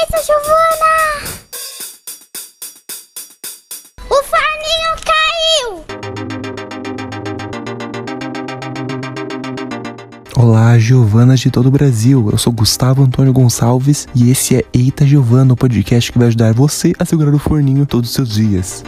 Eita, Giovana! O forninho caiu! Olá, Giovanas de todo o Brasil. Eu sou Gustavo Antônio Gonçalves e esse é Eita Giovana, o podcast que vai ajudar você a segurar o forninho todos os seus dias.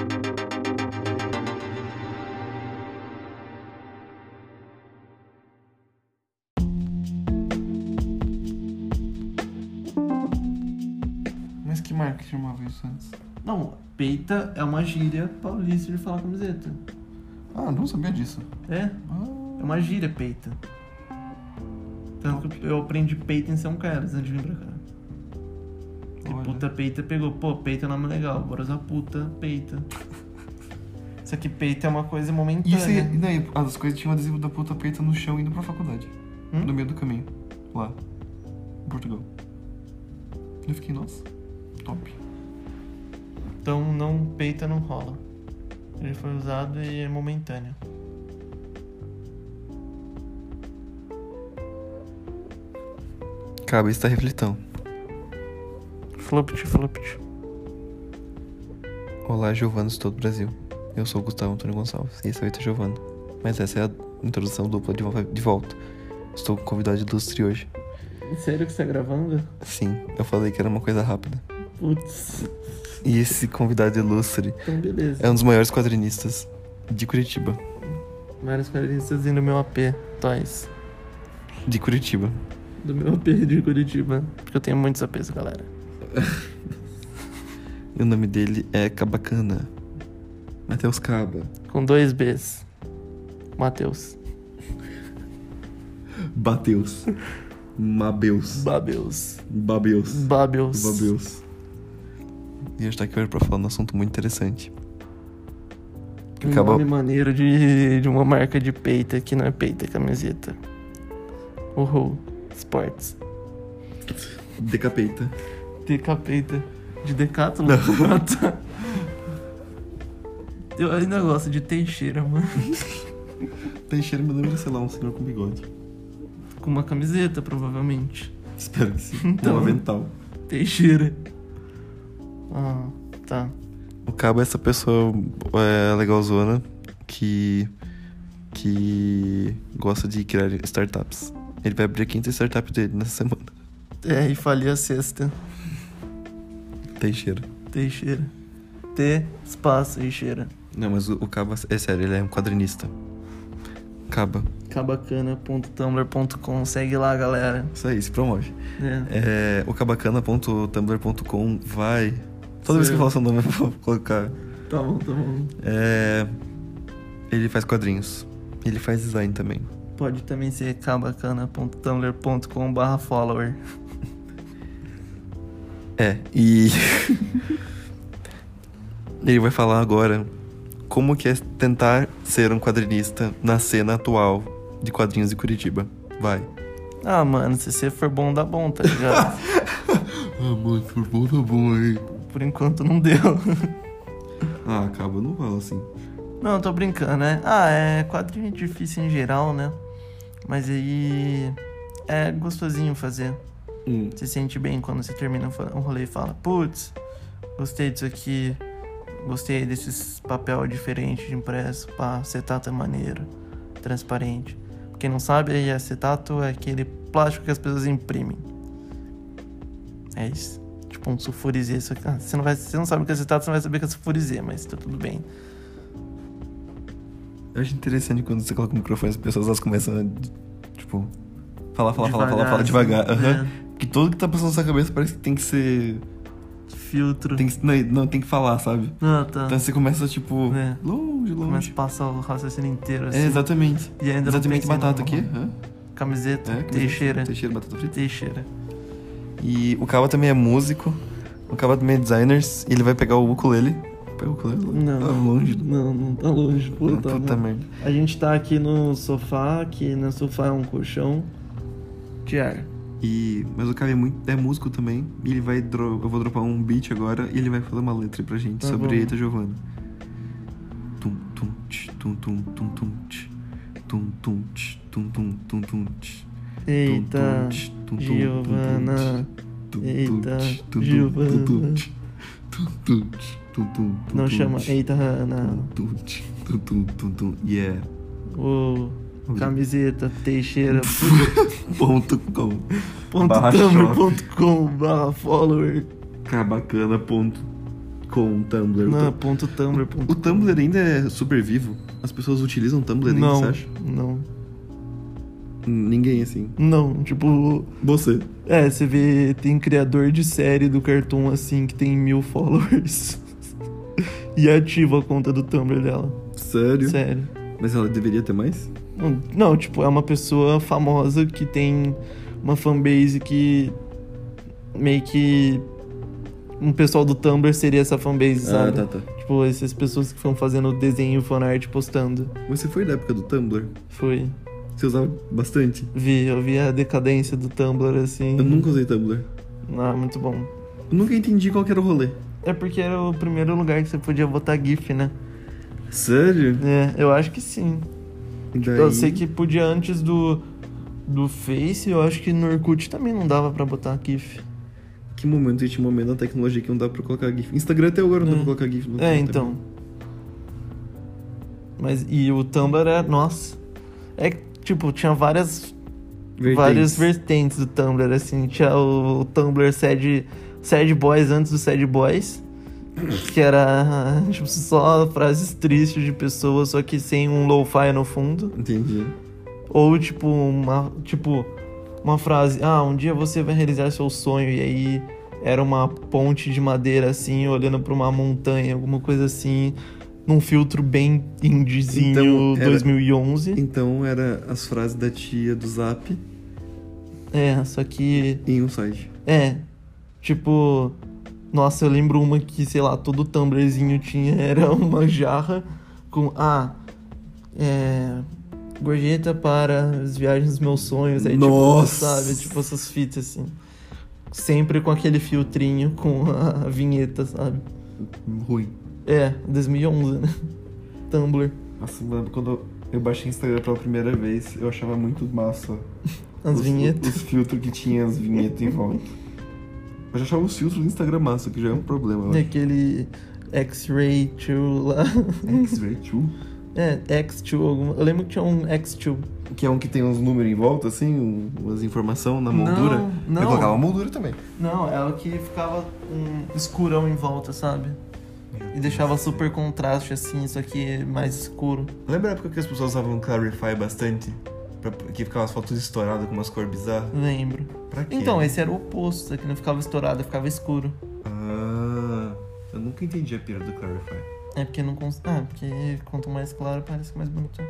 Mas que marca chamava isso antes? Não, peita é uma gíria paulista de falar camiseta. Ah, não sabia disso. É? É uma gíria, peita. Tanto que eu aprendi peita em São Carlos antes de vir pra cá. E Olha. puta peita pegou. Pô, peita é nome legal, bora usar puta, peita. Isso aqui, peita é uma coisa momentânea. Isso e daí, as coisas tinham adesivo da puta peita no chão indo pra faculdade. No meio do caminho. Lá. Em Portugal. Eu fiquei, nossa, top. Então não, peita não rola. Ele foi usado e é momentâneo. Cabe está reflitão. Flupt. Olá, Giovanas de todo o Brasil. Eu sou o Gustavo Antônio Gonçalves e esse é o Eita Giovana. Mas essa é a introdução dupla de volta. Estou com um convidado ilustre hoje. Sério que você tá gravando? Sim, eu falei que era uma coisa rápida. Putz, E esse convidado ilustre então beleza. é um dos maiores quadrinistas de Curitiba. Vários quadrinistas no meu AP, Toys. De Curitiba. Do meu AP de Curitiba. Porque eu tenho muitos APs, galera. E o nome dele é Cabacana. Matheus Caba. Com 2 Bs. Matheus. Bateus. Mabeus. Babeus. Babeus. Babeus. Babeus. E a gente tá aqui hoje pra falar um assunto muito interessante. Um nome maneiro de uma marca de peita que não é peita, é camiseta. Uhul. Sports. Decapeita. Decapeita. De Decathlon? Ah, tá. Eu ainda gosto de Teixeira, mano. Teixeira me lembra, sei lá, um senhor com bigode. Com uma camiseta, provavelmente. Espero que sim. Então. Um avental. Teixeira. Ah, tá. O Cabo é essa pessoa legalzona que gosta de criar startups. Ele vai abrir a 5ª startup dele nessa semana. É, e falei a sexta. Teixeira. Teixeira. T, espaço, Teixeira. Não, mas o Cabo é sério, ele é um quadrinista. Caba. cabacana.tumblr.com. Segue lá, galera. Isso aí, se promove. É. O cabacana.tumblr.com vai... Toda vez que eu falo seu nome, eu vou colocar... Tá bom. Ele faz quadrinhos. Ele faz design também. Pode também ser cabacana.tumblr.com/follower. E... ele vai falar agora como que é tentar ser um quadrinista na cena atual de quadrinhos de Curitiba. Vai. Ah, mano, se você for bom, dá bom, tá ligado? Mano, se for bom, tá bom aí. Por enquanto não deu. Acaba, não fala assim. Não, tô brincando, né? Quadrinho é difícil em geral, né? Mas aí é gostosinho fazer. Se sente bem quando você termina um rolê e fala: putz, gostei disso aqui, gostei desses papel diferente de impresso, pá, acetato é maneiro, transparente. Pra quem não sabe, aí acetato é aquele plástico que as pessoas imprimem. É isso. Tipo um sulfurizê. Você não sabe o que é acetato, você não vai saber o que é sulfurizê, mas tá tudo bem. Eu acho interessante quando você coloca o microfone, as pessoas elas começam a, tipo, falar devagar. Assim, Que tudo que tá passando na sua cabeça parece que tem que ser... Filtro. Tem que falar, sabe? Ah, tá. Então você começa, tipo, longe. Começa a passar o raciocínio inteiro, assim. Exatamente. E ainda Exatamente, não batata pensei aqui. Camiseta, Camiseta, Teixeira. Teixeira, batata frita. Teixeira. E o Caba também é músico. O Caba também é designer. E ele vai pegar o ukulele. Pega o ukulele? Não. Tá longe. Não tá longe. Puta merda. A gente tá aqui no sofá, que no sofá é um colchão de ar. Mas o Caba é músico também. E ele vai... Eu vou dropar um beat agora. E ele vai falar uma letra pra gente sobre Eita Giovana. Tum tum tch, tum tum tum tum tch. Tum tum tch, tum tum tum tum tch. Eita, Giovana, Eita, Giovana. Não chama Eita, Hannah. Yeah. Ô, camiseta, Teixeira. .com .tumblr.com/follower. Bacana.com Tumblr. Não, .tumblr.com. O Tumblr ainda é super vivo? As pessoas utilizam o Tumblr ainda, você acha? Não. Ninguém assim. Não, tipo... Você. você vê, tem criador de série do Cartoon, assim, que tem 1000 followers. E ativa a conta do Tumblr dela. Sério? Sério. Mas ela deveria ter mais? Não, tipo, é uma pessoa famosa que tem uma fanbase que... Meio que... Um pessoal do Tumblr seria essa fanbase, sabe? Tá. Tipo, essas pessoas que ficam fazendo desenho, fanart, postando. Você foi da época do Tumblr? Foi. Você usava bastante? Eu vi a decadência do Tumblr, assim. Eu nunca usei Tumblr. Muito bom. Eu nunca entendi qual que era o rolê. É porque era o primeiro lugar que você podia botar GIF, né? Sério? Eu acho que sim. Daí... Eu sei que podia antes do Face, eu acho que no Orkut também não dava pra botar GIF. Que momento, existe um momento na tecnologia que não dá pra colocar GIF. Instagram até agora não dá pra colocar GIF. Então. Mas, e o Tumblr nossa. Tipo, tinha várias vertentes do Tumblr, assim. Tinha o Tumblr Sad Boys antes do Sad Boys. Que era, tipo, só frases tristes de pessoas, só que sem um lo-fi no fundo. Entendi. Ou, tipo, uma frase, um dia você vai realizar seu sonho, e aí era uma ponte de madeira, assim, olhando pra uma montanha, alguma coisa assim, num filtro bem indiezinho, então, 2011. Então era as frases da tia do Zap. Só que... Em um site. Tipo... Nossa, eu lembro uma que, sei lá, todo Tumblrzinho tinha, era uma jarra com, gorjeta para as viagens dos meus sonhos. Aí, nossa! Tipo, sabe? Tipo, essas fitas, assim. Sempre com aquele filtrinho com a vinheta, sabe? Ruim. 2011, né? Tumblr. Nossa, mano, quando eu baixei o Instagram pela primeira vez, eu achava muito massa. As vinhetas? Os filtros que tinha as vinhetas em volta. Eu já achava os filtros do Instagram massa, que já é um problema. Aquele X-Ray 2 lá. X-Ray 2? X2. Eu lembro que tinha um X2. Que é um que tem uns números em volta, assim, umas informações na moldura. Não. Eu colocava a moldura também. Não, é o que ficava um escurão em volta, sabe? E deixava super contraste, assim, isso aqui mais escuro. Lembra a época que as pessoas usavam Clarify bastante? Que ficava as fotos estouradas com umas cores bizarras? Lembro. Pra quê? Então, esse era o oposto, aqui não ficava estourado, ficava escuro. Eu nunca entendi a pira do Clarify. Porque não porque quanto mais claro parece mais bonito.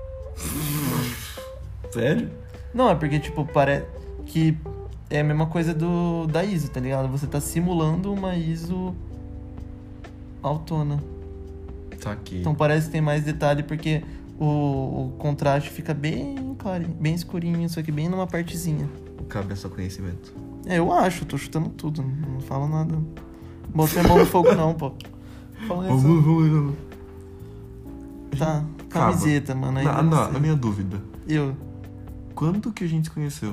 Sério? Não, é porque, tipo, parece que é a mesma coisa da ISO, tá ligado? Você tá simulando uma ISO autona. Tá aqui. Então parece que tem mais detalhe porque o contraste fica bem claro, bem escurinho, só que bem numa partezinha. Cabe a seu conhecimento. Eu acho, tô chutando tudo, não falo nada. Bota a mão no fogo não, pô. Fala isso. Tá, camiseta, mano. Aí a minha dúvida. Quando que a gente se conheceu?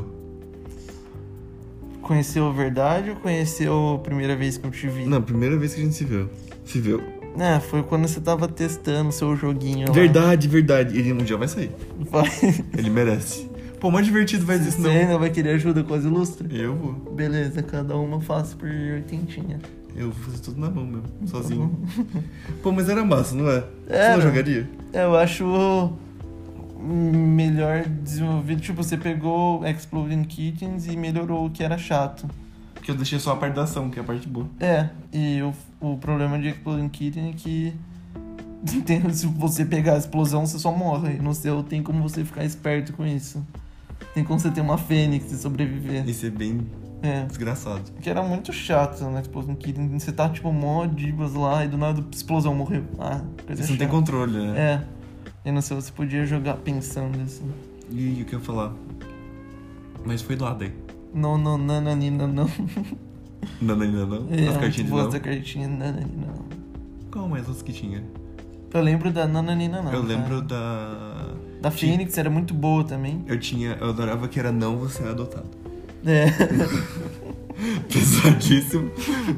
Conheceu verdade ou conheceu a primeira vez que eu te vi? Não, primeira vez que a gente se viu. Se viu? Foi quando você tava testando o seu joguinho lá. Verdade. Ele um dia vai sair. Vai. Ele merece. Pô, mais divertido vai dizer isso não. Você ainda vai querer ajuda com as ilustres? Eu vou. Beleza, cada uma eu faço por 80. Eu vou fazer tudo na mão mesmo, sozinho. Pô, mas era massa, não é? Era. Você não jogaria? Eu acho melhor desenvolvido. Tipo, você pegou Exploding Kittens e melhorou o que era chato. Porque eu deixei só a parte da ação, que é a parte boa. E o problema de Exploding Kitten é que se você pegar a explosão, você só morre. No seu tem como você ficar esperto com isso. Tem como você ter uma fênix e sobreviver. Isso é bem desgraçado. Que era muito chato na Exploding Kitten. Você tá tipo mó divas lá e do nada explosão morreu. Coisa você não tem controle, né? E no seu você podia jogar pensando assim. E o que eu ia falar? Mas foi doado aí. Não. Nananina não. Nananina não? As cartinhas não? Da cartinha nananina não. Qual mais outros que tinha? Eu lembro da nananina não. Eu lembro da... Da Phoenix, era muito boa também. Eu adorava que era não, você é adotado. Pesadíssimo.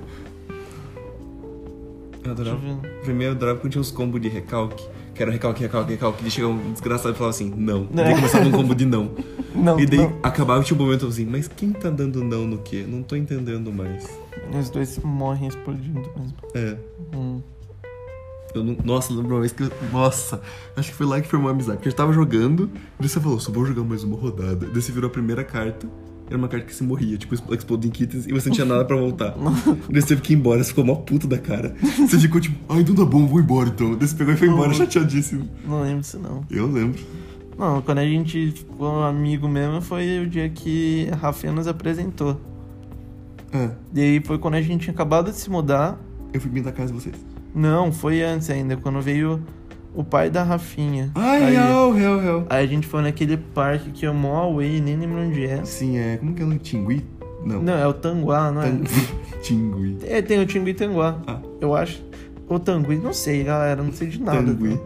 Eu adorava. Deixa eu ver. Primeiro eu adorava quando tinha uns combos de recalque. Que era recalque. E chegava um desgraçado e falava assim, não. E daí começava um combo de não. Não, E daí não. acabava e tinha um momento assim, mas quem tá dando não no quê? Não tô entendendo mais. Os dois morrem explodindo mesmo. É. Eu não... Nossa, lembro uma vez que Nossa, acho que foi lá que formou a amizade. Porque a gente tava jogando, e você falou, só vou jogar mais uma rodada. Daí você virou a primeira carta, era uma carta que se morria, tipo Exploding Kittens, e você não tinha nada pra voltar. Daí você teve que ir embora, você ficou mó puto da cara. Você ficou tipo, então tá bom, vou embora então. Daí você pegou e foi embora, chateadíssimo. Não lembro disso, não. Eu lembro. Não, quando a gente ficou amigo mesmo, foi o dia que a Rafinha nos apresentou. E aí foi quando a gente tinha acabado de se mudar. Eu fui bem da casa de vocês. Não, foi antes ainda, quando veio o pai da Rafinha. Real. Aí a gente foi naquele parque que é o mó away, nem lembro onde é. Sim, como que é o nome? Tingui? Não, é o Tanguá, não é? Tingui. É, tem o Tingui e Tanguá, eu acho. Ou Tangui, não sei, galera, não sei de nada. Tangui.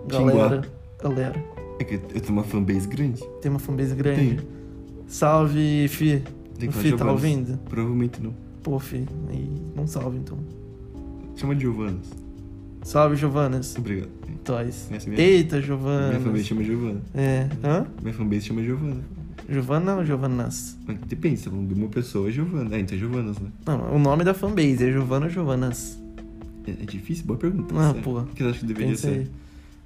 Galera. É que eu tenho uma fanbase grande. Tem uma fanbase grande. Tem. Salve, Fi. Tem O que Fi falar tá Giovanas. ouvindo? Provavelmente não. Pô, Fi, aí não salve então. Chama de Giovanas. Salve, Giovanas. Obrigado. Toys. Essa é minha- Eita, Minha fanbase Giovanas. chama Giovana. É. Hã? Minha fanbase chama Giovana. Giovana ou Giovanas? Mas depende, se é falando de uma pessoa, é Giovana. Então é Giovanas, né? Não, o nome da fanbase é Giovana ou Giovanas? É difícil? Boa pergunta. Ah, sério. pô. O que você acha que deveria Pensa ser? aí.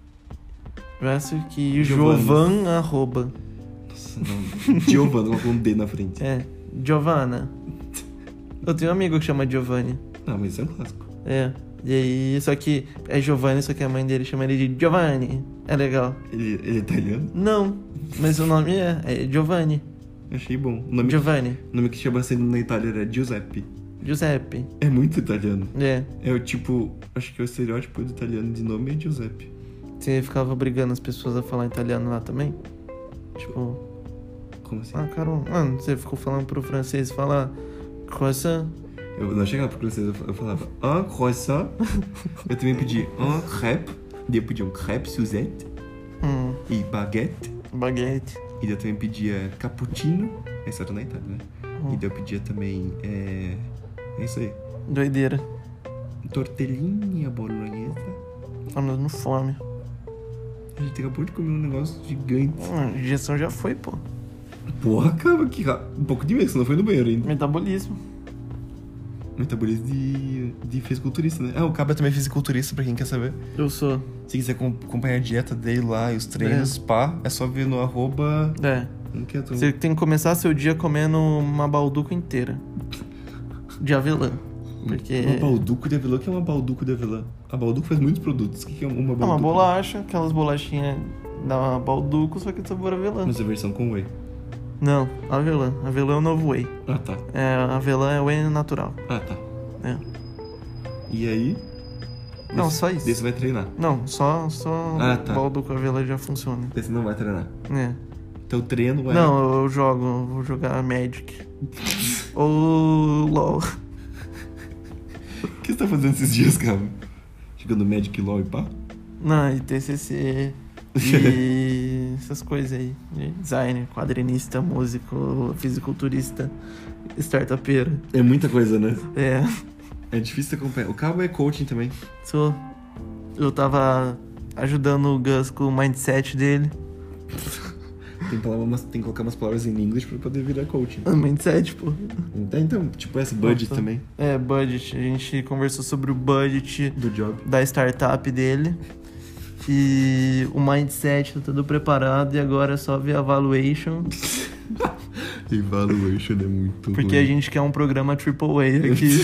Eu acho que Giovanas. Jovan arroba. Nossa, não. Giovana, com um D na frente. É. Giovanna. Eu tenho um amigo que chama Giovanni. Não, mas isso é um clássico. É. E aí, só que é Giovanni, só que a mãe dele chama ele de Giovanni. É legal. Ele é italiano? Não, mas o nome é Giovanni. Achei bom. O Giovanni. nome que chama sendo na Itália era Giuseppe. Giuseppe. É muito italiano. É. É o tipo... Acho que o estereótipo do italiano de nome é Giuseppe. Você ficava obrigando as pessoas a falar italiano lá também? Tipo... Como assim? Carol, mano, você ficou falando pro francês falar croissant? Eu não chegava pro francês, eu falava croissant. Eu também pedi crepe. Daí eu pedi crepe Suzette. E baguette. Baguette. E daí eu também pedia cappuccino. Essa era na Itália, né? E daí eu pedia também... É isso aí. Doideira. Tortellinha bolonhesa. Tá me dando fome. A gente acabou de comer um negócio gigante. Digestão já foi, pô. Porra, acaba aqui. Um pouco de medo, você não foi no banheiro ainda. Metabolismo. Metabolismo de fisiculturista, né? O Cabo é também fisiculturista, pra quem quer saber. Eu sou. Se quiser acompanhar a dieta dele lá e os treinos, é só ver no arroba... Não quer tu... Você tem que começar seu dia comendo uma balduco inteira. De avelã. Porque... Uma balduco de avelã? O que é uma balduco de avelã? A balduco faz muitos produtos. O que é uma balduco? É uma bolacha, aquelas bolachinhas da balduco, só que de sabor avelã. Mas a versão com whey. Não, avelã. Avelã é o novo whey. Ah, tá. Avelã é whey natural. Ah, tá. É. E aí? Não, só isso. Daí você vai treinar. Não, só tá. balduco avelã já funciona. Daí você não vai treinar. É. Então treino vai... Não, eu vou jogar Magic. Ou LOL. O que você tá fazendo esses dias, cara? Jogando Magic, LOL e pá? Não, e TCC e essas coisas aí. Designer, quadrinista, músico, fisiculturista, startupeiro. É muita coisa, né? É. É difícil acompanhar. O Cabo é coaching também. Eu tava ajudando o Gus com o mindset dele. Tem que colocar umas palavras em inglês pra poder virar coaching. Mindset, pô. Então, tipo esse budget também. É, budget. A gente conversou sobre o budget Do job. da startup dele. E o mindset tá tudo preparado e agora é só ver a valuation. Evaluation é muito Porque ruim. a gente quer um programa AAA aqui.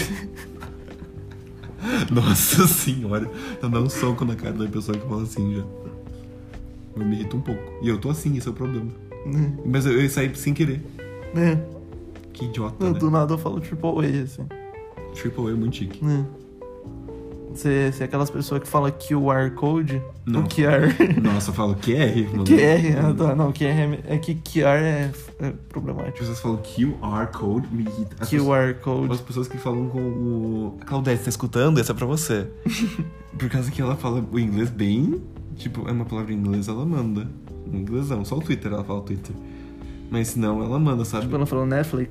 Nossa senhora. Eu dou um soco na cara da pessoa que fala assim já. Eu me irrito um pouco. E eu tô assim, esse é o problema. Mas eu saí sem querer. É. Que idiota, né? Do nada eu falo AAA, assim. Triple A é muito chique. Você é aquelas pessoas que falam QR Code? Não. O QR. Nossa, eu falo QR, mano. QR, tá. Não, QR é que QR é problemático. As pessoas falam QR Code, me irrita. QR Code. As pessoas que falam com o... A Claudete, tá escutando? Essa é pra você. Por causa que ela fala o inglês bem... Tipo, é uma palavra em inglês, ela manda. Um inglesão. Só o Twitter, ela fala Twitter. Mas se não, ela manda, sabe? Tipo, ela falou Netflix.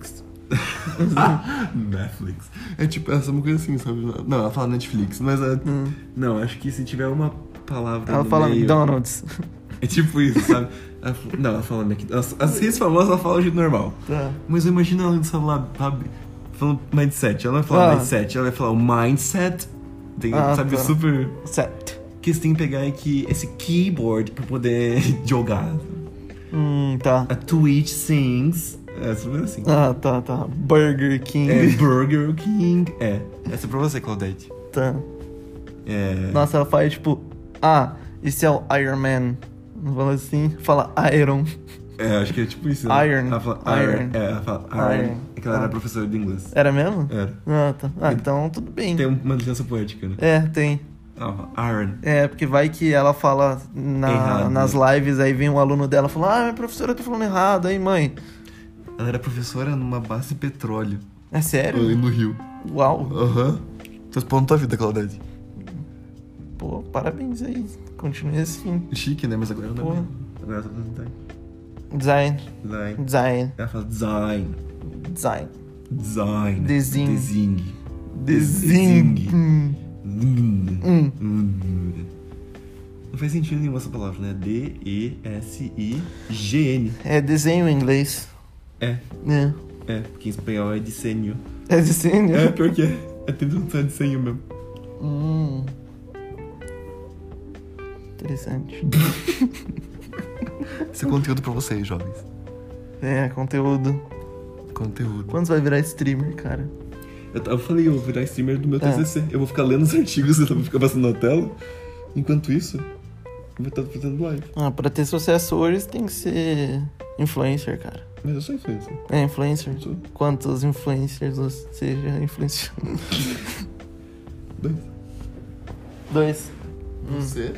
Netflix. É tipo, essa é uma coisa assim, sabe? Não, ela fala Netflix, mas não, acho que se tiver uma palavra Ela no fala meio, McDonald's. é tipo isso, sabe? Não, ela fala McDonald's. As redes famosas, ela fala de normal. Tá. Mas eu imagino ela no celular, sabe? Falando mindset. Ela não vai falar mindset, ela vai falar o mindset. Tem, sabe, tá. super... Certo. O que você tem que pegar é que esse keyboard pra poder jogar. Tá. A Twitch sings. É super assim. Tá. Burger King. É Burger King. É. Essa é pra você, Claudete. Tá. É. Nossa, ela fala tipo, esse é o Iron Man. Não fala assim, fala Iron. É, acho que é tipo isso. Né? Iron. Ela fala Iron. É, ela fala Iron. Iron. É que ela era professora de inglês. Era mesmo? Era. Tá. Então tudo bem. Tem uma licença poética, né? É, tem. Ela fala Iron. É, porque vai que ela fala Errado, nas lives, aí vem um aluno dela e fala, minha professora tá falando errado, aí mãe. Ela era professora numa base de petróleo. É sério? Ali no Rio. Uau. Aham. Tô expondo tua vida, Claudete. Pô, parabéns aí. Continue assim. Chique, né? Mas agora não é Porra. mesmo. Agora ela tá fazendo Design. design. Ela fala design. Design. Desenho. Design. Não faz sentido nenhum essa palavra, né? D-E-S-I-G-N. É desenho em inglês. É, É. porque em espanhol é desenho. É desenho? É, pior que é. É tentando ser desenho mesmo. Interessante. Esse é conteúdo pra vocês, jovens. É, conteúdo. Conteúdo. Quando você vai virar streamer, cara? Eu falei, eu vou virar streamer do meu TCC. Eu vou ficar lendo os artigos e eu vou ficar passando na tela. Enquanto isso, eu vou estar fazendo live. Pra ter sucesso hoje, tem que ser influencer, cara. Mas eu sou influencer. É, influencer? Sou. Quantos influencers você já influenciou? 2. Você?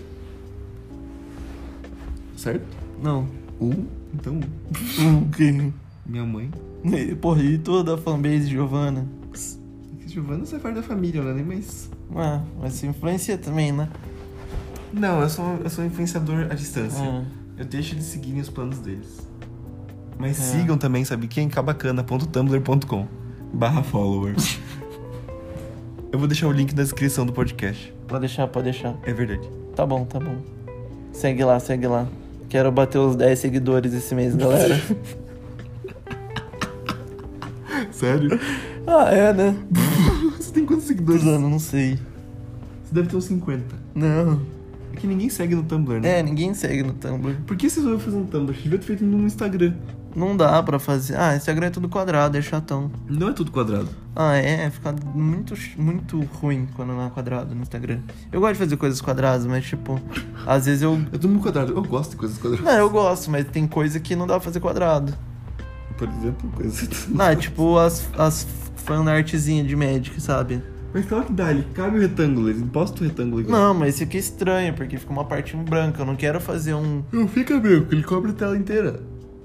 Certo? Não. Então, Ok. minha mãe. Porra, e toda a fanbase de Giovanna? Giovana, você é parte da família, né? Nem mais... Mas se influencia também, né? Não, eu sou influenciador à distância. Eu deixo eles seguirem os planos deles. Mas sigam também, sabe quem? cabacana.tumblr.com/followers. Eu vou deixar o link na descrição do podcast. Pode deixar. É verdade. Tá bom. Segue lá. Quero bater os 10 seguidores esse mês, galera. Sério? É, né? Você tem quantos seguidores? Não sei. Você deve ter uns 50. Não. É que ninguém segue no Tumblr, né? Ninguém segue no Tumblr. Por que vocês vão fazer um Tumblr? Devia ter feito no Instagram. Não dá pra fazer. Instagram é tudo quadrado, é chatão. Não é tudo quadrado. Fica muito ruim quando não é quadrado no Instagram. Eu gosto de fazer coisas quadradas, mas tipo, às vezes eu... É tudo muito quadrado. Eu gosto de coisas quadradas. Não, eu gosto, mas tem coisa que não dá pra fazer quadrado. Por exemplo, coisas... Tipo as fanartzinhas de Magic, sabe? Mas claro que dá, ele cabe o retângulo, eles impostam o retângulo igual. Não, mas isso aqui é estranho, porque fica uma parte branca. Eu não quero fazer um... Não fica branco, ele cobre a tela inteira.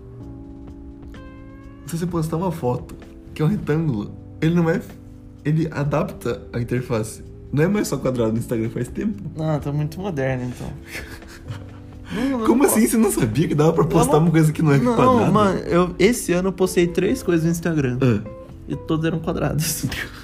Se você postar uma foto que é um retângulo, ele não é... Ele adapta a interface. Não é mais só quadrado no Instagram, faz tempo. Tá muito moderno, então. Como assim? Você não sabia que dava pra postar uma coisa que não é quadrada? Não, mano, esse ano eu postei 3 coisas no Instagram. E todas eram quadradas.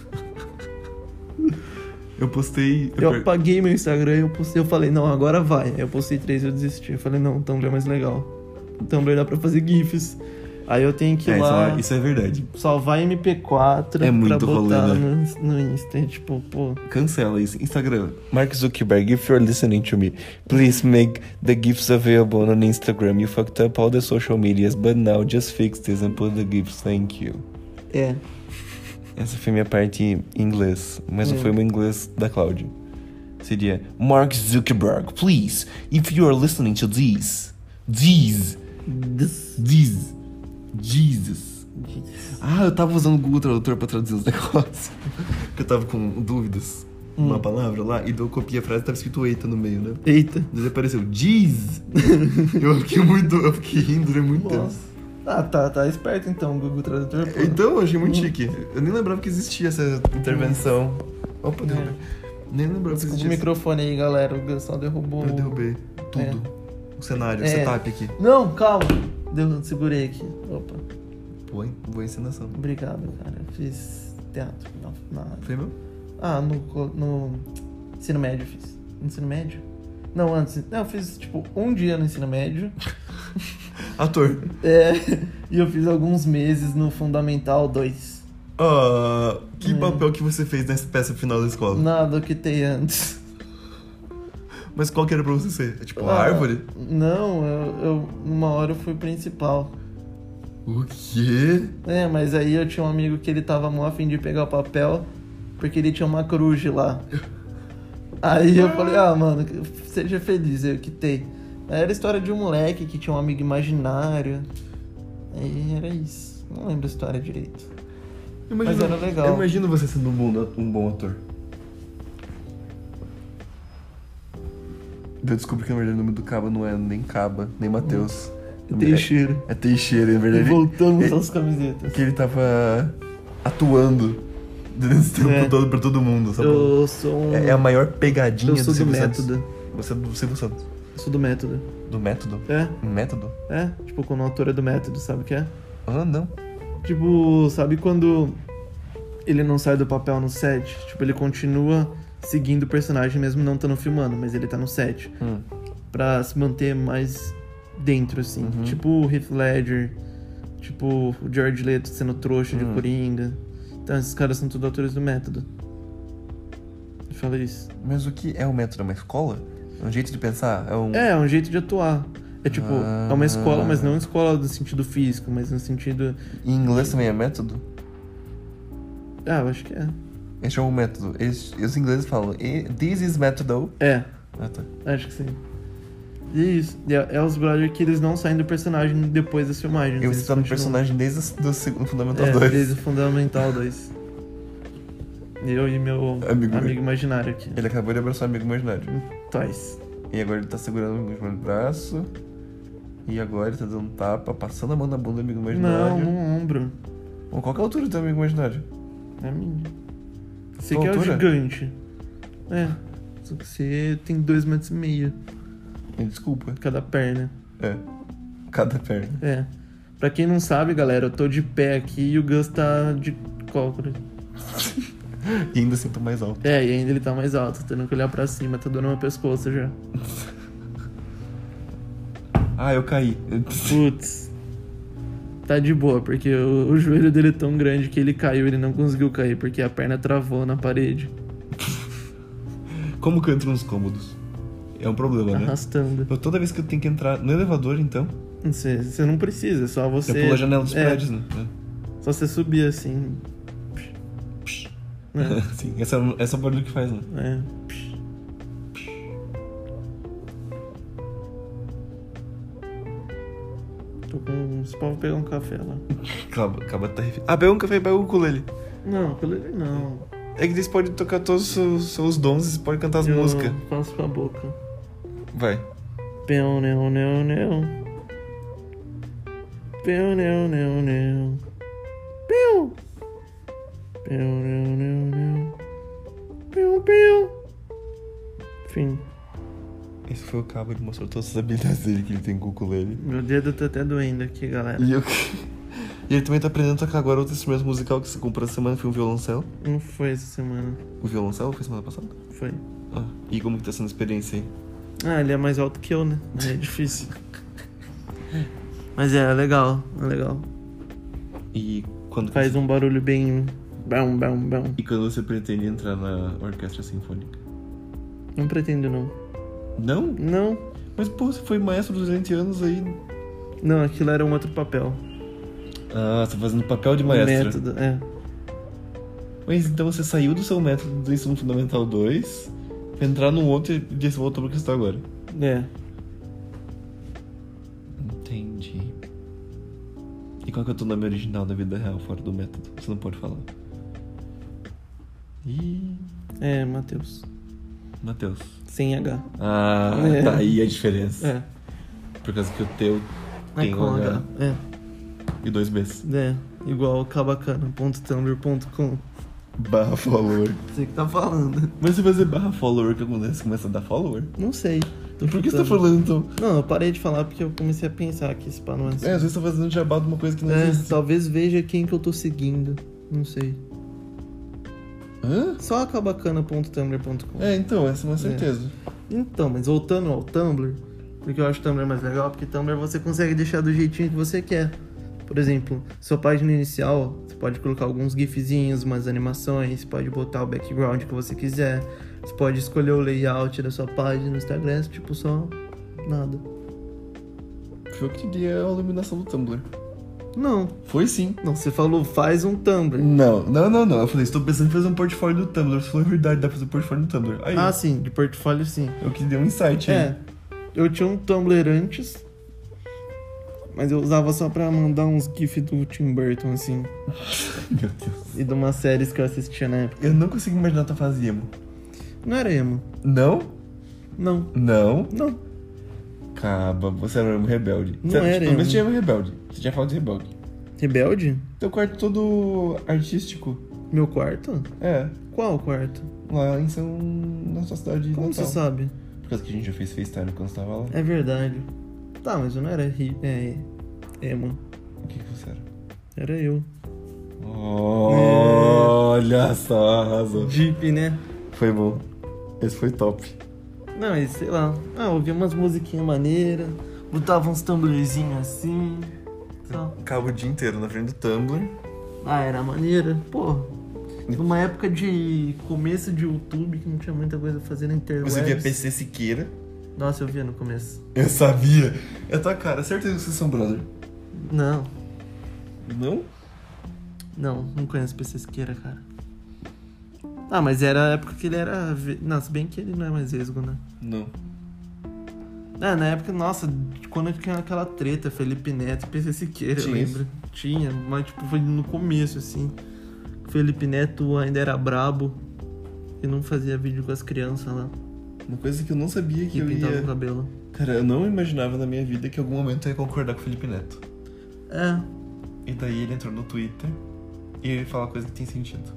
Eu postei... Eu apaguei meu Instagram eu falei, não, agora vai. Aí eu postei 3 e eu desisti. Eu falei, não, o Tumblr é mais legal. O Tumblr dá pra fazer GIFs. Aí eu tenho que ir lá... Isso é verdade. Salvar MP4 É muito pra botar rolê, né? no Insta. Tipo, pô... Cancela isso. Instagram. Mark Zuckerberg, if you're listening to me, please make the GIFs available on Instagram. You fucked up all the social medias, but now just fix this and put the GIFs. Thank you. Essa foi minha parte em inglês, mas não foi o inglês da Cláudia. Seria Mark Zuckerberg, please, if you are listening to this, Jesus. Eu tava usando o Google Tradutor pra traduzir os negócios. Porque eu tava com dúvidas numa palavra lá, e eu copiei a frase e tava escrito eita no meio, né? Eita. Daí apareceu Jesus. Eu fiquei rindo, né? Muito tempo. Tá esperto então, o Google Tradutor. Pô. Então, eu achei muito chique. Eu nem lembrava que existia essa intervenção. Opa, derrubei. Nem lembrava que existia. O microfone aí, galera, o Gastão derrubou. Eu derrubei tudo. O cenário, o setup aqui. Não, calma. Segurei aqui. Opa. Boa encenação. Obrigado, cara. Eu fiz teatro na Foi meu? no ensino médio eu fiz. Ensino médio? Não, antes. Não, eu fiz, tipo, um dia no ensino médio. Ator. E eu fiz alguns meses no Fundamental 2. Que papel que você fez nessa peça final da escola? Nada que tem antes. Mas qual que era pra você ser? É tipo a árvore? Não, eu uma hora eu fui principal. O quê? Mas aí eu tinha um amigo que ele tava mó a fim de pegar o papel, porque ele tinha uma cruz lá. Aí eu falei, mano, seja feliz, eu quitei. Aí era a história de um moleque que tinha um amigo imaginário. Aí era isso. Não lembro a história direito. Mas era legal. Eu imagino você sendo um bom ator. Eu descobri que na verdade o nome do Caba não é nem Caba, nem Matheus. Teixeira. É Teixeira, na verdade. Voltamos às camisetas. Que ele tava atuando durante esse tempo todo pra todo mundo, sabe? Eu sou É a maior pegadinha Eu sou do do Silvio Santos. método. Você é do Silvio Santos. Eu sou do método. Do método? É? Método? Tipo, quando o autor é do método, sabe o que é? Não. Tipo, sabe quando ele não sai do papel no set? Tipo, ele continua seguindo o personagem mesmo não estando filmando, mas ele tá no set. Pra se manter mais dentro, assim. Tipo o Heath Ledger, tipo o Jared Leto sendo trouxa de Coringa. Então esses caras são tudo atores do método. Fala isso. Mas o que é o método? É uma escola? É um jeito de pensar? É um jeito de atuar. É tipo, é uma escola, mas não uma escola no sentido físico, mas no sentido... Em inglês também é método? Eu acho que é. Eles chamam método. Os ingleses falam, this is method. Tá. Acho que sim. E isso. É os brothers que eles não saem do personagem depois das filmagens. E você tá no personagem desde o segundo Fundamental 2. Desde o Fundamental 2. Eu e meu amigo imaginário aqui. Ele acabou de abraçar o amigo imaginário. Toys. E agora ele tá segurando o amigo imaginário no braço. E agora ele tá dando um tapa, passando a mão na bunda do amigo imaginário. Não, no ombro. Bom, qual que é a altura do teu amigo imaginário? É a minha. Você Qual que é o altura? gigante. Só que você tem 2,5 metros. Desculpa. Cada perna. Cada perna. Pra quem não sabe, galera, eu tô de pé aqui e o Gus tá de cócoras. E ainda assim tô mais alto. E ainda ele tá mais alto, tendo que olhar pra cima, tá dando meu pescoço já. Eu caí. Putz. Tá de boa, porque o joelho dele é tão grande que ele caiu, ele não conseguiu cair, porque a perna travou na parede. Como que eu entro nos cômodos? É um problema, né? Arrastando. Toda vez que eu tenho que entrar no elevador, então... Você não precisa, é só você... Eu pulo a janela dos prédios, né? Só você subir assim. Sim, esse é o barulho que faz, né? Tô com uns povos pegar um café lá. Acaba de tá refém. Pega um café e pega o ukulele. Não, ukulele não. É que eles podem tocar todos os seus dons e você pode cantar as músicas. Faço com a boca. Vai. Peu, neu, neu, neu. Peu, neu, neu, neu. Peu. Peu, neu, neu, neu. Peu, peu. Fim. Esse foi o Cabo, ele mostrou todas as habilidades dele que ele tem com o ukulele. Meu dedo tá até doendo aqui, galera. E ele também tá aprendendo a tocar agora outro instrumento musical que você comprou essa semana, foi um violoncelo. Não foi essa semana. O violoncelo foi semana passada? Foi. E como que tá sendo a experiência aí? Ele é mais alto que eu, né? É difícil. Mas é legal, é legal. E quando Faz um barulho bem... Bão, bão, bão. E quando você pretende entrar na orquestra sinfônica? Não pretendo, não. Não? Não. Mas, pô, você foi maestro durante anos aí. Não, aquilo era um outro papel. Você tá fazendo papel de maestro. Método, Mas então você saiu do seu método do ensino fundamental 2, pra entrar num outro e você voltou pro que você tá agora. Entendi. E qual que é o teu nome original da vida real, fora do método? Você não pode falar. Matheus. Matheus. Sem H. Tá aí a diferença. Por causa que o teu tem com H. E 2 Bs. Igual cabacana.tumblr.com. /follower. Você que tá falando. Mas se fazer /follower, o que acontece? Começa a dar follower? Não sei. Por que você tá falando então? Não, eu parei de falar porque eu comecei a pensar que esse pá não é assim. Às vezes você tá fazendo jabá de uma coisa que não existe. Talvez veja quem que eu tô seguindo. Não sei. Hã? Só acabacana.tumblr.com. Então, essa é uma certeza. Então, mas voltando ao Tumblr, porque eu acho o Tumblr mais legal, porque Tumblr você consegue deixar do jeitinho que você quer. Por exemplo, sua página inicial, você pode colocar alguns gifzinhos, umas animações, pode botar o background que você quiser, você pode escolher o layout da sua página no Instagram, tipo, só nada. Foi o que queria a iluminação do Tumblr. Não, Foi sim. não, você falou faz um Tumblr. Não. Eu falei, estou pensando em fazer um portfólio do Tumblr. Você falou, é verdade, dá pra fazer um portfólio do Tumblr. Aí, Ah, sim, de portfólio sim. eu que dei um insight aí. Eu tinha um Tumblr antes, mas eu usava só pra mandar uns gifs do Tim Burton, assim, Meu Deus. e de umas séries que eu assistia na época. Eu não consigo imaginar tua fase emo. Não era emo. Não? Não. Não? Não. Caba, você era um emo rebelde. Não Você era pelo menos emo. tinha emo rebelde. Você tinha falta de rebelde. Rebelde? Teu quarto todo artístico. Meu quarto? É. Qual quarto? Lá em São... na sua cidade de Como Natal. você sabe? Por causa que a gente já fez FaceTime quando você tava lá. É verdade. Tá, mas eu não era emo. O que você era? Era eu. Olha só, arrasou. Deep, né? Foi bom. Esse foi top. Não, mas sei lá. Eu ouvia umas musiquinhas maneiras, botava uns tamborzinhos assim. Só. Cabo o dia inteiro na frente do Tumblr. Era maneira. Pô, numa época de começo de YouTube, que não tinha muita coisa a fazer na internet. Você via PC Siqueira. Nossa, eu via no começo. Eu sabia. É tua cara, certeza que vocês são brother. Não, Não? não conheço PC Siqueira, cara. Ah, mas era a época que ele era... Não, se bem que ele não é mais esgo, né? Não. Na época, nossa, quando tinha aquela treta, Felipe Neto e PC Siqueira, eu Tinha lembro. Tinha, mas tipo, foi no começo, assim. Felipe Neto ainda era brabo e não fazia vídeo com as crianças lá. Uma coisa que eu não sabia que Que eu pintava ia... o cabelo. Cara, eu não imaginava na minha vida que em algum momento eu ia concordar com o Felipe Neto. É, E daí ele entrou no Twitter e ele fala coisa que tem sentido.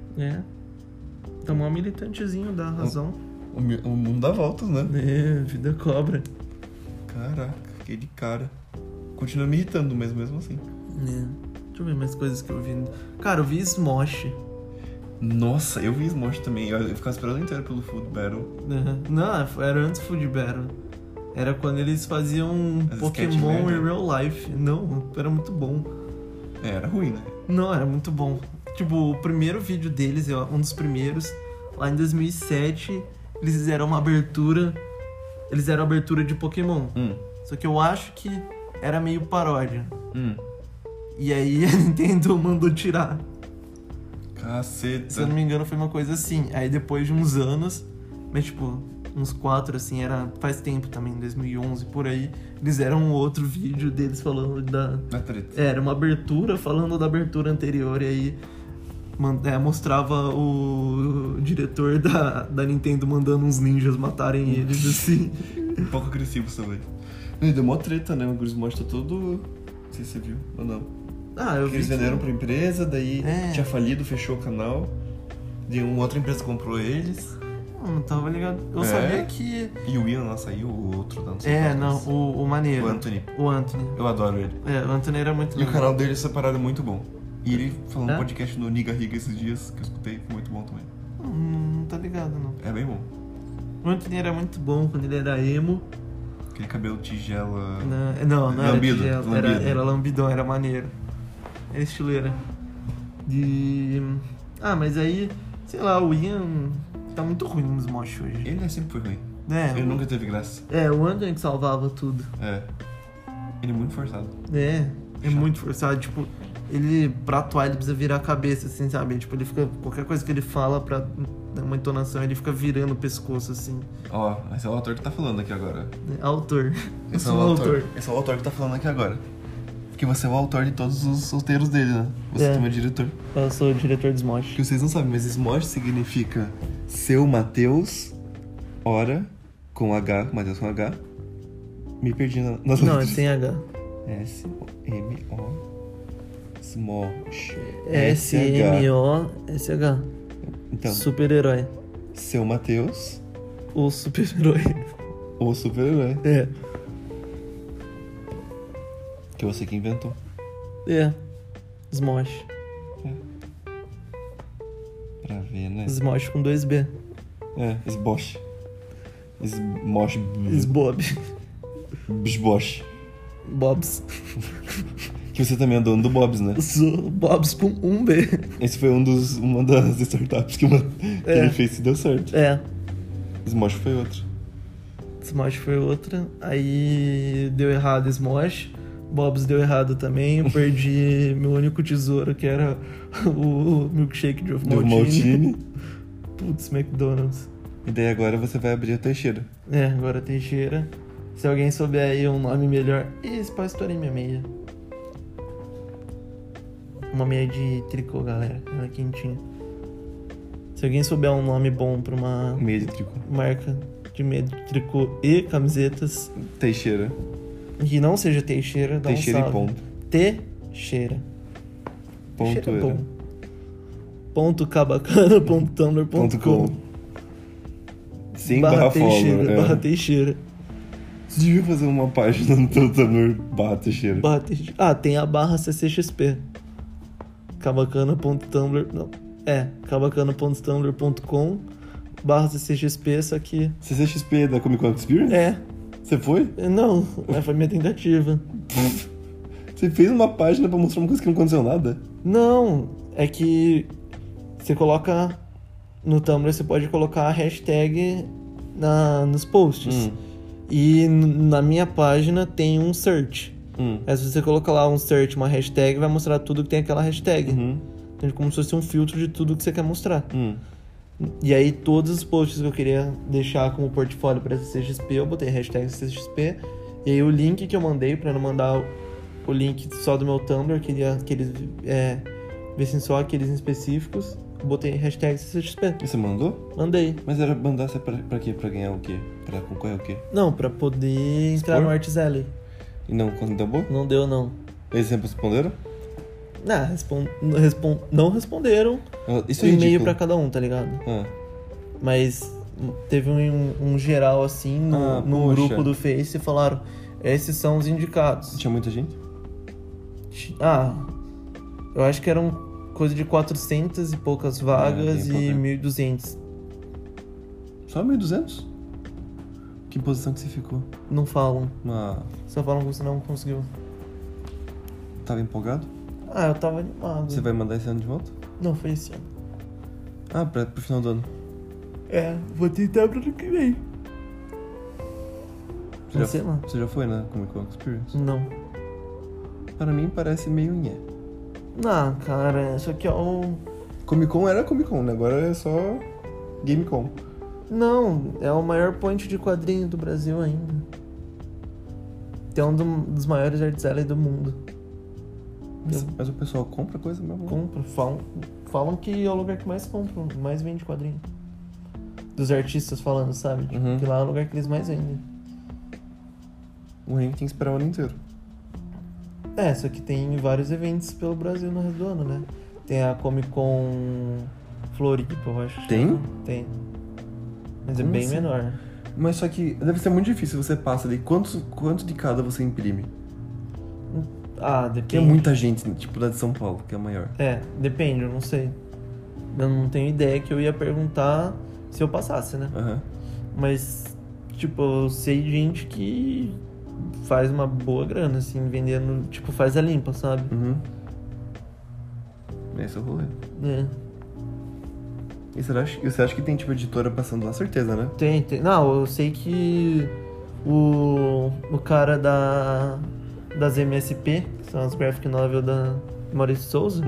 Tá um militantezinho da razão. O mundo dá voltas, né? Vida cobra. Caraca, aquele cara. Continua me irritando, mas mesmo assim. Deixa eu ver mais coisas que eu vi. Cara, eu vi Smosh. Nossa, eu vi Smosh também. Eu ficava esperando inteiro pelo Food Battle. Não, era antes do Food Battle. Era quando eles faziam As Pokémon sketch em merda. real life. Não, era muito bom. Era ruim, né? Não, era muito bom. Tipo, o primeiro vídeo deles, um dos primeiros, lá em 2007, eles fizeram uma abertura. Eles fizeram abertura de Pokémon. Só que eu acho que era meio paródia. E aí a Nintendo mandou tirar. Caceta. Se eu não me engano, foi uma coisa assim. Aí depois de uns anos, mas tipo, uns 4, assim, faz tempo também, 2011, por aí, eles fizeram um outro vídeo deles falando da... Na treta. Era uma abertura falando da abertura anterior, e aí mostrava o diretor da Nintendo mandando uns ninjas matarem eles, assim. Um pouco agressivo também. E deu mó treta, né? O Smosh tá todo... Não sei se você viu ou não. Eu Porque eles vi venderam pra empresa, daí É. tinha falido, fechou o canal. Daí uma outra empresa comprou eles. Não tava ligado. Eu É? sabia que... E o Ian lá saiu, o outro da não sei qual Não, deles. o maneiro. O Anthony. O Anthony. Eu adoro ele. O Anthony era muito E o legal. canal dele separado é muito bom. E ele falou no É? podcast no Niga Riga esses dias, que eu escutei, foi muito bom também. Não tá ligado, não. É bem bom. O Anthony era muito bom quando ele era emo. Aquele cabelo tigela... Não Lambido, era tigela, lambido. era lambidão, era maneiro. Era estileira. Mas aí, sei lá, o Ian tá muito ruim nos Smosh hoje. Ele sempre foi ruim. Ele Ele nunca teve graça. o Anthony que salvava tudo. É. Ele é muito forçado. É muito forçado, tipo, ele, pra atuar, ele precisa virar a cabeça, assim, sabe? Tipo, ele fica, qualquer coisa que ele fala pra dar uma entonação, ele fica virando o pescoço, assim. Ó, esse é o autor que tá falando aqui agora. Autor. Eu Esse é sou o um autor. Esse é o autor que tá falando aqui agora. Porque você é o autor de todos os solteiros dele, né? Você também é diretor. Eu sou o diretor do Smosh. Que vocês não sabem, mas Smosh significa Seu Mateus, Ora, com H, Mateus com H. Me perdi nas Não, é letras. sem H. S-M-O Smosh. S-M-O-S-H. Então, Super-herói. Seu Mateus, O super-herói. O super-herói. É. Que você que inventou. É. Smosh. Pra ver, né? Smosh com 2B. É, Sbosh. Smosh. Sbob. Sbosh. Bobs. Que você também é dono do Bob's, né? Bobs com 1B. Esse foi uma das startups que ele fez e deu certo. É. Smosh foi outro. Smosh foi outra. Aí deu errado Smosh. Bob's deu errado também. Eu perdi meu único tesouro, que era o milkshake de ovo maltine. Putz, McDonald's. E daí agora você vai abrir a Teixeira. É, agora Teixeira. Se alguém souber aí um nome melhor... Ih, você pode estourar minha meia. Uma meia de tricô, galera. Ela é quentinha. Se alguém souber um nome bom pra uma Meia de tricô. marca de meia de tricô e camisetas... Teixeira. Que não seja Teixeira, dá Teixeira um e salve. ponto. Teixeira. Ponto Teixeira é era. bom. Ponto cabacana.tumblr.com Sim, barra Teixeira, follow. barra Teixeira. Você devia fazer uma página no teu Tumblr barra Teixeira. Barra Teixeira. Ah, tem a barra CCXP. Cabacana.tumblr. Não. É, cabacana.tumblr.com barra CCXP, só que... CCXP da Comic Con Experience? É. Você foi? Não, foi minha tentativa. Você fez uma página pra mostrar uma coisa que não aconteceu nada? Não, é que você coloca no Tumblr, você pode colocar a hashtag nos posts. E na minha página tem um search. Aí se você colocar lá um search, uma hashtag, vai mostrar tudo que tem aquela hashtag. Então é como se fosse um filtro de tudo que você quer mostrar. E aí todos os posts que eu queria deixar como portfólio para CCXP, eu botei hashtag CCXP. E aí o link que eu mandei, para não mandar o link só do meu Tumblr, queria que eles vissem só aqueles específicos, eu botei hashtag CCXP. E você mandou? Mandei. Mas era mandar você pra quê? Pra ganhar o quê? Pra concorrer o quê? Não, pra poder entrar Expor? no Arts Alley. E não deu bom? Não deu, não. Eles sempre responderam? Não responderam Isso um é e-mail ridículo. pra cada um, tá ligado? Ah. Mas teve um geral assim no poxa. grupo do Face e falaram: esses são os indicados. Tinha muita gente? Eu acho que eram coisa de 400 e poucas vagas bem e pouco, 1.200. Só 1.200? Que posição que você ficou? Não falam. Só falam que você não conseguiu. Tava empolgado? Eu tava animado. Você vai mandar esse ano de volta? Não, foi esse ano. Pro final do ano. Vou tentar pro ano que vem. Sei lá. Você já foi na Comic Con Experience? Não. Para mim parece meio nhé. Cara, isso aqui é o... Comic Con era Comic Con, né? Agora é só Game Con. Não, é o maior point de quadrinho do Brasil ainda. Tem um dos maiores Arts Alley do mundo. Mas o pessoal compra coisa mesmo? Compra, falam que é o lugar que mais compram, mais vende quadrinho. Dos artistas falando, sabe? Tipo, que lá é o lugar que eles mais vendem. O Henrique tem que esperar o ano inteiro. Só que tem vários eventos pelo Brasil no resto do ano, né? Tem a Comic Con Floripa, eu acho. Tem? Tem. Mas Como é bem assim? menor. Mas só que deve ser muito difícil. Você passa ali, quanto de cada você imprime? Depende. Tem muita gente, tipo da de São Paulo, que é a maior. Depende, eu não sei. Eu não tenho ideia, que eu ia perguntar se eu passasse, né? Mas, tipo, eu sei de gente que faz uma boa grana, assim, vendendo, tipo, faz a limpa, sabe? Esse é o rolê. É. E você acha que tem, tipo, editora passando lá? Certeza, né? Tem. Não, eu sei que o cara das MSP, que são as graphic novel da Maurício Souza,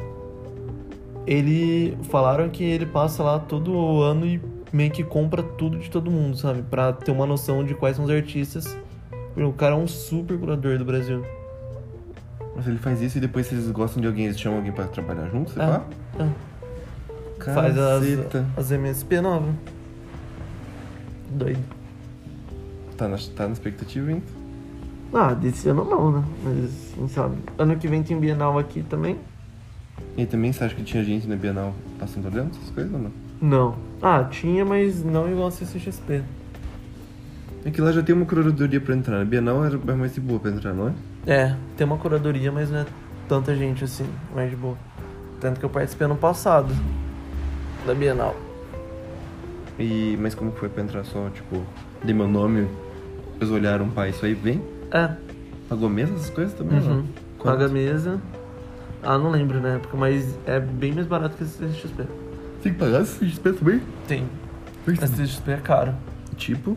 falaram que ele passa lá todo ano e meio que compra tudo de todo mundo, sabe? Pra ter uma noção de quais são os artistas. O cara é um super curador do Brasil. Mas ele faz isso e depois, se eles gostam de alguém, eles chamam alguém pra trabalhar junto, você fala? Faz Caceta. as MSP novas. Doido. Tá na expectativa, hein? Desse ano não, né? Mas, quem sabe. Ano que vem tem Bienal aqui também. E também você acha que tinha gente na Bienal passando olhando essas coisas ou não? Não. Tinha, mas não igual a CCXP. É que lá já tem uma curadoria pra entrar. A Bienal é mais de boa pra entrar, não é? É, tem uma curadoria, mas não é tanta gente assim, mais de boa. Tanto que eu participei ano passado da Bienal. Mas como que foi pra entrar só, tipo, dei meu nome, eles olharam, pai, isso aí vem? É. Pagou mesmo essas coisas também? Uhum. Não? Paga a mesa. Ah, não lembro na época, mas é bem mais barato que a CCXP. Tem que pagar esse XP também? Tem. A CCXP é caro. Tipo?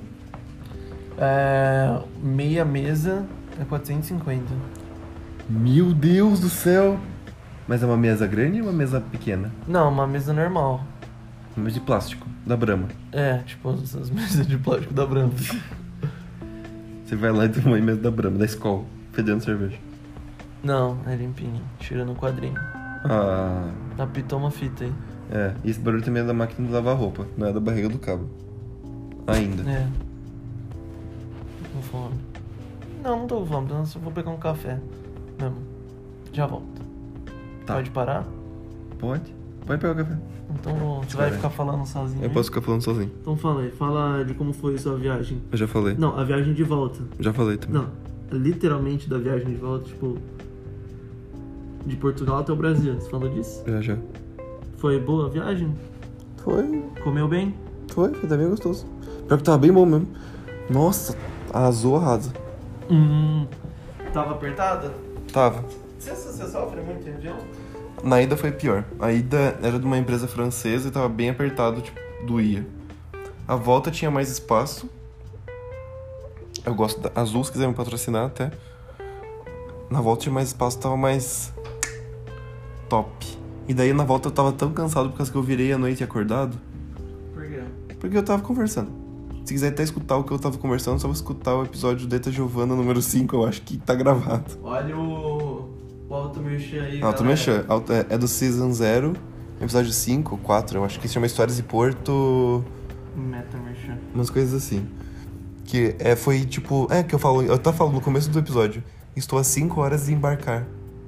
Meia mesa é 450. Meu Deus do céu! Mas é uma mesa grande ou uma mesa pequena? Não, uma mesa normal. Uma mesa de plástico, da Brahma. É, tipo as mesas de plástico da Brahma. Você vai lá e tem uma mesa da Brahma, da escola, fedendo cerveja. Não, é limpinho, tirando o quadrinho. Ah, Apitou uma fita aí. e esse barulho também é da máquina de lavar roupa, não é da barriga do cabo. Ainda. É. Tô com fome. Não tô com fome, então eu vou pegar um café mesmo. Já volto. Tá. Pode parar? Pode? Pode pegar o café. Então você vai ficar falando sozinho. Eu aí? posso ficar falando sozinho. Então fala aí, fala de como foi a sua viagem. Eu já falei. Não, a viagem de volta. Já falei também. Não, literalmente da viagem de volta, tipo, de Portugal até o Brasil. Você falou disso? Já. Foi boa a viagem? Foi Comeu bem? até bem gostoso. Pior que tava bem bom mesmo. Nossa, arrasou, arrasa. Tava apertada? Tava. Você sofre muito em avião? Na ida foi pior. A ida era de uma empresa francesa e tava bem apertado, tipo, doía. A volta tinha mais espaço. Eu gosto da Azul, se quiser me patrocinar até. Na volta tinha mais espaço, tava mais top. E daí na volta eu tava tão cansado por causa que eu virei a noite acordado. Por quê? Porque eu tava conversando. Se quiser até escutar o que eu tava conversando, só vou escutar o episódio de Eta Giovanna número 5, eu acho que tá gravado. Olha o Auto Merchan aí, Auto Merchan. É do Season 0, episódio 5, 4, eu acho que se chama Histórias de Porto... Meta Merchan. Umas coisas assim. Que foi tipo... que eu tava falando no começo do episódio. Estou a 5 horas de embarcar.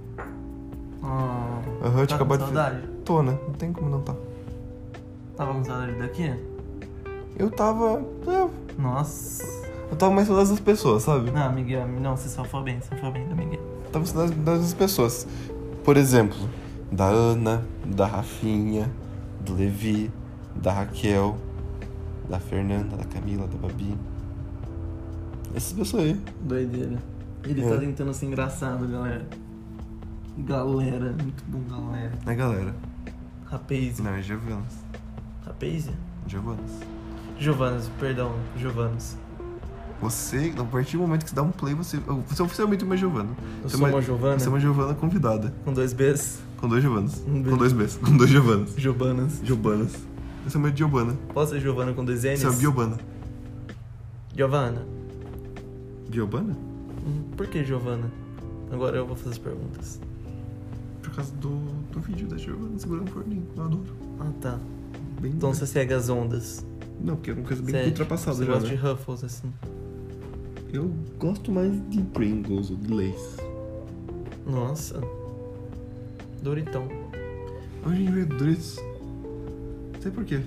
Eu tinha acabado de saudade? Tô, né? Não tem como não tá. Tava com saudade daqui? Eu tava... Nossa. Eu tava mais saudade das pessoas, sabe? Não, Miguel, não, você só foi bem do Miguel. Tava saudade das pessoas. Por exemplo, da Ana, da Rafinha, do Levi, da Raquel, da Fernanda, da Camila, da Babi. Essas pessoas aí. Doideira. Ele tá tentando ser engraçado, galera. Galera, muito bom, galera. É, galera. Rapaz. Não, é Giovanas. Rapaz? Giovanas. Perdão, Giovanas. Você, a partir do momento que você dá um play, você é oficialmente uma Giovana. Eu sou uma Giovana? Você é uma Giovana convidada. Com 2 Bs? Com 2 Giovanas. Um B. Com 2 Bs. Com 2 Giovanas. Giovanas. Você é uma Giovana. Posso ser Giovana com 2 N's? Você é uma Giovana. Giovana. Giovana? Por que Giovana? Agora eu vou fazer as perguntas. Por causa do vídeo da Giovana segurando o forninho. Eu adoro. Ah, tá. Bem Então bem. você segue as ondas. Não, porque é uma coisa bem Você ultrapassada você já, gosta né? de Ruffles, assim. Eu gosto mais de Pringles ou de Lay's. Nossa. Doritão. Hoje em dia, Doritos. Não sei por quê.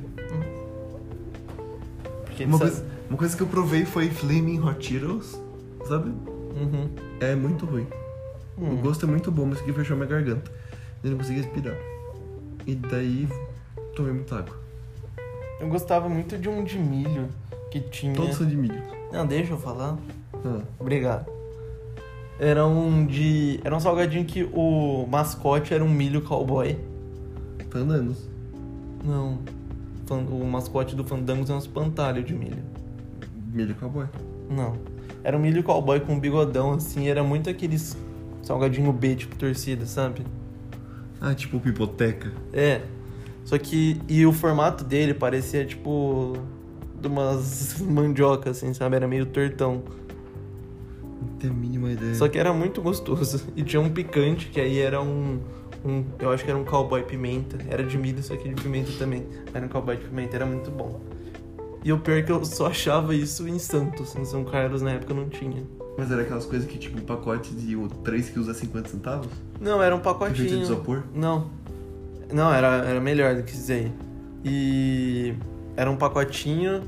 Porque Uma coisa que eu provei foi Flaming Hot Cheetos, sabe? Uhum. É muito ruim. O gosto é muito bom, mas aqui fechou minha garganta. Eu não consegui respirar. E daí, tomei muita água. Eu gostava muito de um de milho que tinha... Todos são de milho. Não, deixa eu falar. Ah. Obrigado. Era um salgadinho que o mascote era um milho cowboy. Fandanos. Não. O mascote do Fandangos é um espantalho de milho. Milho cowboy. Não. Era um milho cowboy com um bigodão, assim. Era muito aqueles salgadinho B, tipo torcida, sabe? Ah, tipo pipoteca. É. Só que... E o formato dele parecia, tipo... de umas mandioca, assim, sabe? Era meio tortão. Não tenho a mínima ideia. Só que era muito gostoso. E tinha um picante, que aí era eu acho que era um cowboy pimenta. Era de milho, só que de pimenta também. Era um cowboy de pimenta, era muito bom. E o pior é que eu só achava isso em Santos. Em São Carlos, na época, não tinha. Mas era aquelas coisas que, tipo, um pacote de 3 quilos a 50 centavos? Não, era um pacotinho. Feito de isopor? Não, era melhor do que isso aí. E era um pacotinho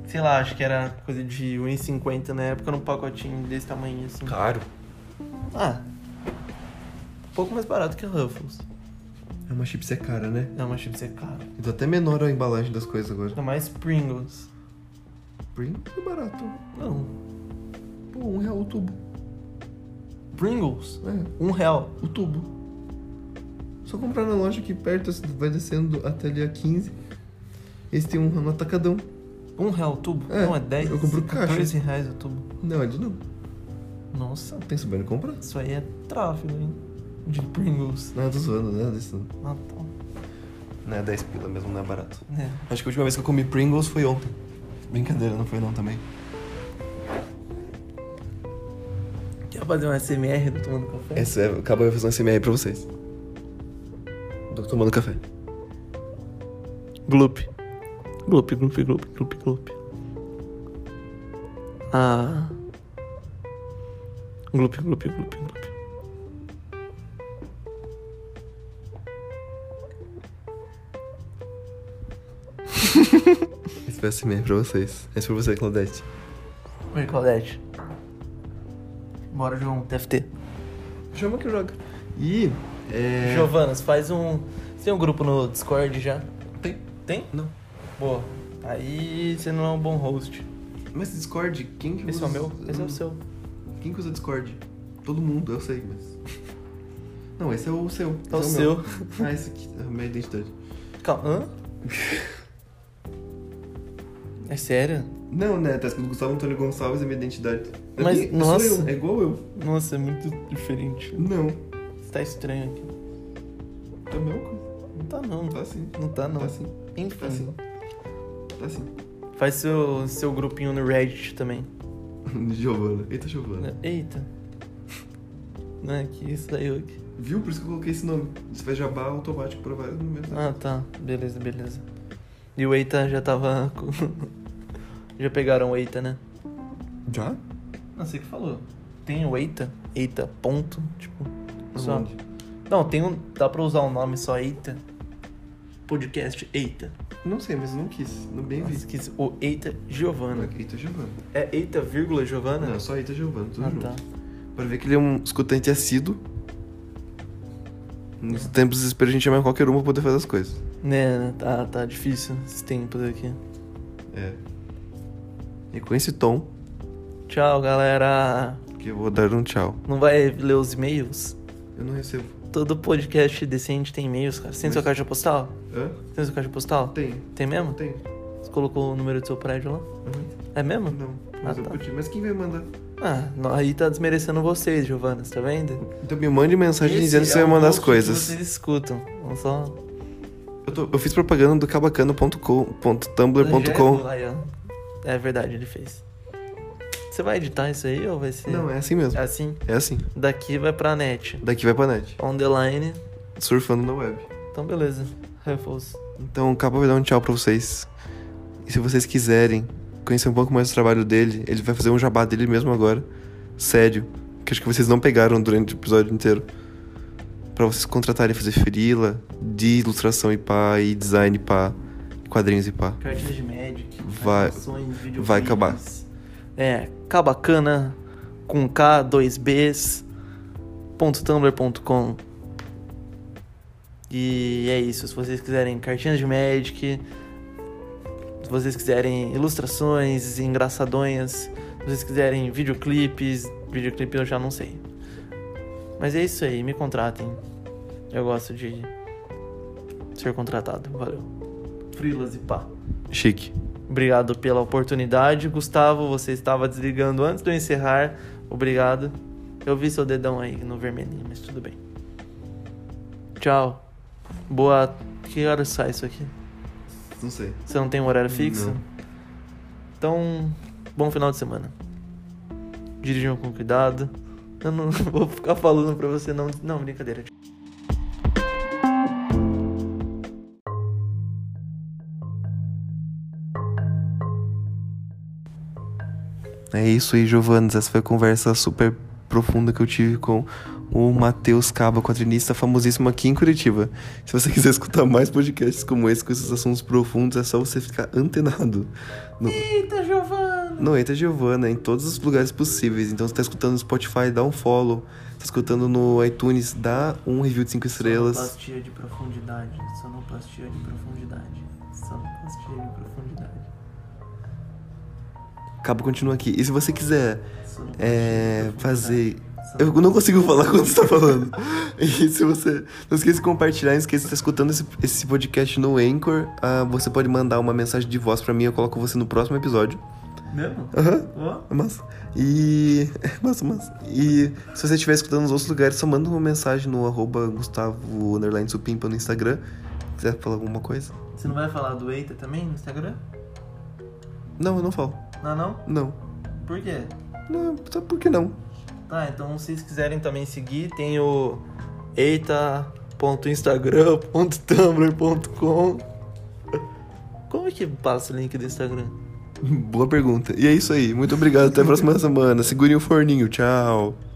Sei lá, acho que era coisa de R$1,50 na época, num pacotinho desse tamanho assim. Caro. Ah, um pouco mais barato que a Ruffles. É uma chips cara, né? É uma chips cara. Tá até menor a embalagem das coisas agora. Ainda mais Pringles. Pringles é barato. Não. Pô, R$1 o tubo. Pringles? É, R$1. o tubo. Só comprar na loja aqui perto, assim, vai descendo até ali a 15. Esse tem um no atacadão. R$1 o tubo? É, Não, é 10. eu compro caixa. R$14 o tubo. Não, ali não. Nossa, Tem sabendo comprar. isso aí é tráfego, hein? De Pringles. Não, eu tô zoando, né? Desse não. Ah, tá. Não é 10 pila mesmo, não é barato. É. Acho que a última vez que eu comi Pringles foi ontem. Brincadeira, não foi não também. Quer fazer um SMR do Tomando Café? Esse é, acaba de fazer um SMR pra vocês. Tô tomando café. Gloop. Gloop, gloop, gloop, gloop, gloop. Ah. Gloop, gloop, gloop, gloop. Esse foi o SMR pra vocês. Esse foi você, Claudete. Oi, Claudete. Bora jogar um TFT. Chama que joga. E... Giovanas, faz um... Você tem um grupo no Discord já? Tem? Tem? Não. Boa. Aí você não é um bom host. Mas Discord, quem que Esse usa... é o meu? Esse é o seu. Quem que usa Discord? Todo mundo, eu sei, mas... Não, esse é o seu. É o Esse seu. meu. Ah, esse aqui é a minha identidade. Calma, hã? É sério? Não, né? Tá escrito Gustavo Antônio Gonçalves é minha identidade. Mas, Sou nossa. eu, é igual eu. Nossa, é muito diferente. Não. Você tá estranho aqui. É a mesma coisa. Não tá não. Tá sim. Não tá não. Tá sim. Enfim. Tá sim. Tá sim. Faz seu grupinho no Reddit também. Giovana. Eita, Giovana. Eita. Não é que isso saiu aqui. Viu? Por isso que eu coloquei esse nome. Você faz jabá automático pra vários números. Ah, tá. Beleza, beleza. E o Eita já tava... Já pegaram o Eita, né? Já? Não sei o que falou. Tem o Eita? Eita, ponto. Tipo, só... Onde? Não, tem um... Dá pra usar o nome só Eita? Podcast Eita. Não sei, mas não quis. Não bem vi. Nossa, que isso. O Eita Giovana. Eita, Giovana. É Eita, vírgula, Giovana? Não, só Eita, Giovana. Tudo Ah, junto. tá. Para ver que ele é um escutante assíduo. Nos tempos de desespero a gente chama qualquer um pra poder fazer as coisas. Né, tá difícil esses tempos aqui. É. E com esse tom Tchau, galera. que eu vou dar um tchau. Não vai ler os e-mails? Eu não recebo. Todo podcast decente tem e-mails, cara. Você tem Mas- sua caixa postal? Hã? Tem sua caixa postal? Tem. Tem mesmo? Tem. Você colocou o número do seu prédio lá? Uhum. É mesmo? Não, mas Ah, eu tá. curti. Mas quem vai mandar? Ah, aí tá desmerecendo vocês, Giovana, tá vendo? Então me mande mensagem Esse dizendo que é você vai o mandar as host coisas. que vocês escutam. Vamos só... Eu fiz propaganda do cabacano.tumblr.com. Aí, ó. É verdade, ele fez. Você vai editar isso aí ou vai ser... Não, é assim mesmo. É assim? É assim. Daqui vai pra net. Daqui vai pra net. On the line. Surfando na web. Então, beleza. Ruffles. Então o Capa vai dar um tchau pra vocês. E se vocês quiserem conhecer um pouco mais do trabalho dele, ele vai fazer um jabá dele mesmo agora. Sério. Que acho que vocês não pegaram durante o episódio inteiro. Pra vocês contratarem fazer freela de ilustração e pá, e design e pá, quadrinhos e pá. Cartinhas de Magic. Vai- animações, videoclipes. vai acabar. É, cabacana com K, 2Bs, .tumblr.com. E é isso. Se vocês quiserem cartinhas de Magic, se vocês quiserem ilustrações engraçadonhas, se vocês quiserem videoclipes, videoclipe eu já não sei. Mas é isso aí, me contratem. Eu gosto de ser contratado. Valeu. Frilas e pá. Chique. Obrigado pela oportunidade. Gustavo, você estava desligando antes de eu encerrar. Obrigado. Eu vi seu dedão aí no vermelhinho, mas tudo bem. Tchau. Boa... Que hora sai isso aqui? Não sei. Você não tem um horário fixo? Não. Então, bom final de semana. Dirijam com cuidado. Eu não vou ficar falando pra você não... Não, brincadeira. É isso aí, Giovanas. Essa foi a conversa super profunda que eu tive com o Matheus Caba, quadrinista famosíssimo aqui em Curitiba. Se você quiser escutar mais podcasts como esse, com esses assuntos profundos, é só você ficar antenado. Eita, Giovana! No Eita Giovana, em todos os lugares possíveis. Então, você tá escutando no Spotify, dá um follow. Tá escutando no iTunes, dá um review de 5 estrelas. Sonoplastia de profundidade. Sonoplastia de profundidade. Sonoplastia de profundidade. Cabo continua aqui. E se você quiser fazer... Sonoplastia. Eu não consigo falar quando você tá falando. E se você... Não esqueça de compartilhar, não esqueça de estar escutando esse podcast no Anchor. Você pode mandar uma mensagem de voz pra mim, eu coloco você no próximo episódio. Mesmo? Aham. É massa. E... É massa. E se você estiver escutando nos outros lugares, só manda uma mensagem no @Gustavo_Supimpa no Instagram. Quiser falar alguma coisa? Você não vai falar do Eita também no Instagram? Não, eu não falo. Não? Não. Por quê? Não, só por que não? Tá, então se vocês quiserem também seguir, tem o eita.instagram.tumblr.com. Como é que passa o link do Instagram? Boa pergunta. E é isso aí. Muito obrigado. Até a próxima semana. Segurem o forninho. Tchau.